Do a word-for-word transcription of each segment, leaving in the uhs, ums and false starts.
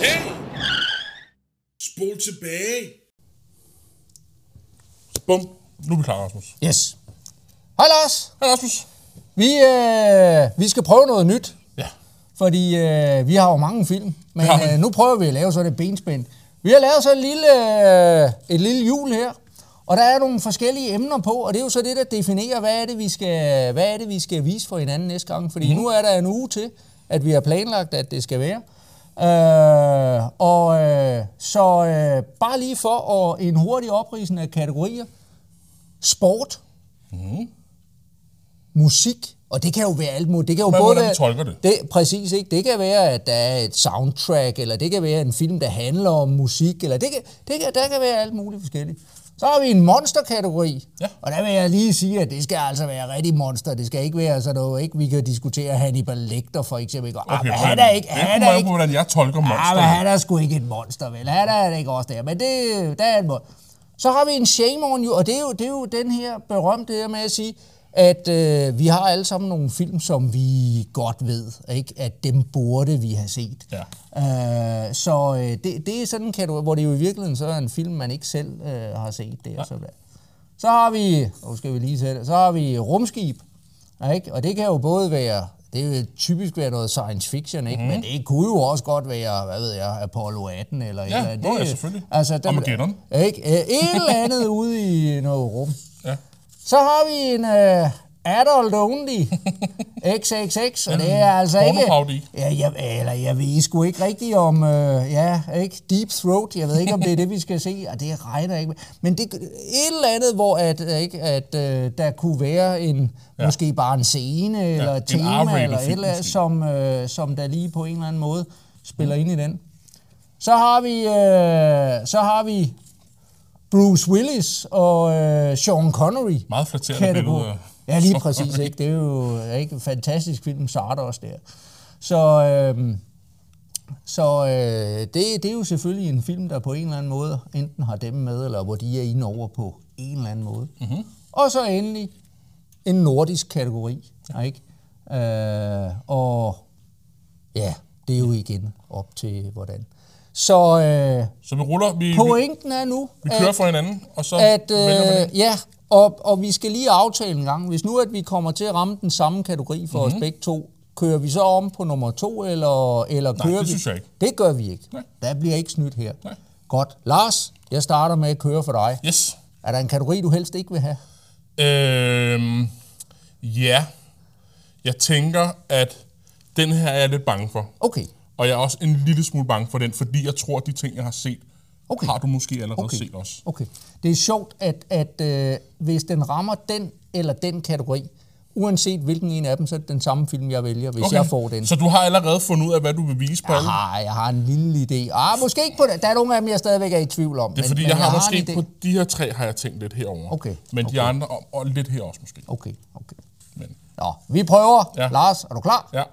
Hey! Spol tilbage! Bum. Nu er vi klar, Rasmus. Yes. Hej Lars. Hej Rasmus. Vi, øh, vi skal prøve noget nyt. Ja. Fordi øh, vi har jo mange film. Men Ja. øh, nu prøver vi at lave sådan et benspænd. Vi har lavet så et lille, øh, et lille hjul her. Og der er nogle forskellige emner på. Og det er jo så det, der definerer, hvad er det, vi skal, hvad er det, vi skal vise for hinanden næste gang. Fordi mm. nu er der en uge til, at vi har planlagt, at det skal være. Øh, og øh, så øh, bare lige for at en hurtig oprisen af kategorier. Sport. Mm. Musik. Og det kan jo være alt muligt. Det kan jo Men både hvordan være, tolker det? det? Præcis, ikke? Det kan være, at der er et soundtrack, eller det kan være en film, der handler om musik, eller det kan, det kan, der kan være alt muligt forskelligt. Så har vi en monsterkategori, ja. Og der vil jeg lige sige, at det skal altså være rigtig monster. Det skal ikke være sådan noget, ikke? Vi kan diskutere Hannibal Lecter for eksempel. Okay, ah, han er ikke, det han er er ikke, på, hvordan jeg tolker monster. Ah, men han er sgu ikke et monster, vel? Han er det ikke også der, men det, der er en måde. Så har vi en shame on you, og det er jo, det er jo den her berømte her med at sige, at øh, vi har alle sammen nogle film, som vi godt ved, ikke? At dem burde vi have set. Ja. Øh, så øh, det, det er sådan en kategori, hvor det jo i virkeligheden så er en film, man ikke selv øh, har set. Det ja. så, så har vi, nu skal vi lige sætte, så har vi rumskib, ikke? Og det kan jo både være, det vil typisk være noget science fiction, ikke? Mm. Men det kunne jo også godt være, hvad ved jeg, Apollo atten eller ja, eller det. Ja, selvfølgelig. Altså, der, Armageddon. Ikke? Et eller andet ude i noget rum. Ja. Så har vi en uh, adult only X X X, og det er altså ikke... Ja, jeg, eller jeg ved sgu ikke rigtigt om... Uh, ja, ikke? Deep Throat, jeg ved ikke, om det er det, vi skal se, og det regner ikke med. Men det et eller andet, hvor at, ikke, at uh, der kunne være en... Ja. Måske bare en scene, ja, eller et tema, eller et eller andet, som, uh, som der lige på en eller anden måde spiller mm. ind i den. Så har vi... Uh, så har vi... Bruce Willis og øh, Sean Connery. Meget flatterende billeder. Ja, lige præcis. Ikke? Det er jo ikke en fantastisk film, Stardust der. Så, øh, så øh, det, det er jo selvfølgelig en film, der på en eller anden måde enten har dem med, eller hvor de er inde over på en eller anden måde. Mm-hmm. Og så endelig en nordisk kategori. Ja. Ikke? Øh, og ja, det er jo igen op til hvordan. Så, øh, så vi ruller. Vi, pointen er nu, vi kører at, for hinanden, og så at, øh, ja, og, og vi skal lige aftale en gang. Hvis nu at vi kommer til at ramme den samme kategori for mm-hmm. os begge to, kører vi så om på nummer to, eller, eller Nej, kører det vi? synes jeg ikke. Det gør vi ikke. Nej. Der bliver ikke snydt her. Nej. Godt. Lars, jeg starter med at køre for dig. Yes. Er der en kategori, du helst ikke vil have? Øhm, ja. Jeg tænker, at den her er jeg lidt bange for. Okay. Og jeg er også en lille smule bange for den, fordi jeg tror, at de ting, jeg har set, okay. har du måske allerede okay. set også. Okay. Det er sjovt, at, at øh, hvis den rammer den eller den kategori, uanset hvilken en af dem, så er det den samme film, jeg vælger, hvis okay. jeg får den. Så du har allerede fundet ud af, hvad du vil vise på alle? Nej, jeg har en lille idé. Ah, måske ikke på det. Der er nogle af dem, jeg stadigvæk er i tvivl om. Det er men, fordi, men jeg har jeg måske har på de her tre, har jeg tænkt lidt herover. Okay. Men okay. de andre, og, og lidt her også måske. Okay, okay. Men. Nå, vi prøver. Ja. Lars, er du klar? Ja.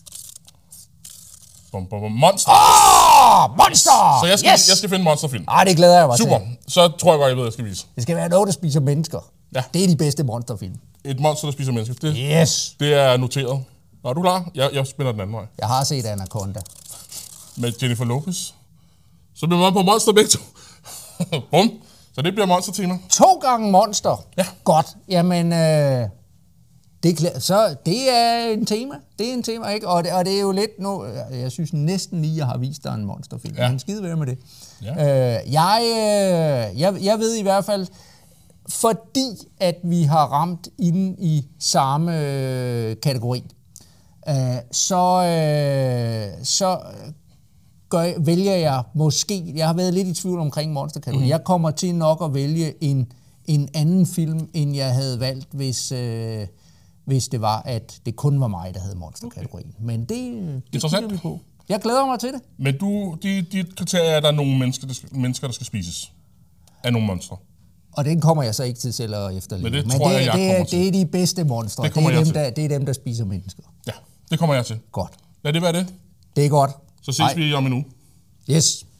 Bum, bum, bum. Monster! Åh, oh, monster! Så jeg skal, yes! jeg skal finde en monsterfilm. Ah, det glæder jeg mig Super. til. Så tror jeg godt, jeg ved, jeg skal vise. Det skal være noget, der spiser mennesker. Ja. Det er de bedste monsterfilm. Et monster, der spiser mennesker. Det, yes! Det er noteret. Er du klar? Jeg, jeg spiller den anden vej. Jeg har set Anaconda. Med Jennifer Lopez. Så bliver man på monster begge to. Bum. Så det bliver monster-tema. To gange monster. Ja. Godt. Jamen, øh, det, så det er en tema. Det er en tema, ikke? Og det, og det er jo lidt nu. Jeg synes næsten lige, jeg har vist dig en monsterfilm. Ja. Men skide være med det. Ja. Øh, jeg, øh, jeg, jeg ved i hvert fald, fordi at vi har ramt inde i samme øh, kategori, øh, så, øh, så gør, vælger jeg måske, jeg har været lidt i tvivl omkring monsterkategori, mm. jeg kommer til nok at vælge en, en anden film, end jeg havde valgt, hvis, øh, hvis det var, at det kun var mig, der havde monsterkategorien. Okay. Men det, det kigger vi på. Jeg glæder mig til det. Men du, de, de kriterier er, at der er nogle mennesker, der, mennesker, der skal spises af nogle monstre. Og den kommer jeg så ikke til selv at efterleve. Men det Men tror det, jeg, jeg det, kommer er, til. Det er de bedste monstre. Det, det, er dem, til. der, det er dem, der spiser mennesker. Ja, det kommer jeg til. Godt. Lad det være det. Det er godt. Så ses Hej. vi om en uge. Yes.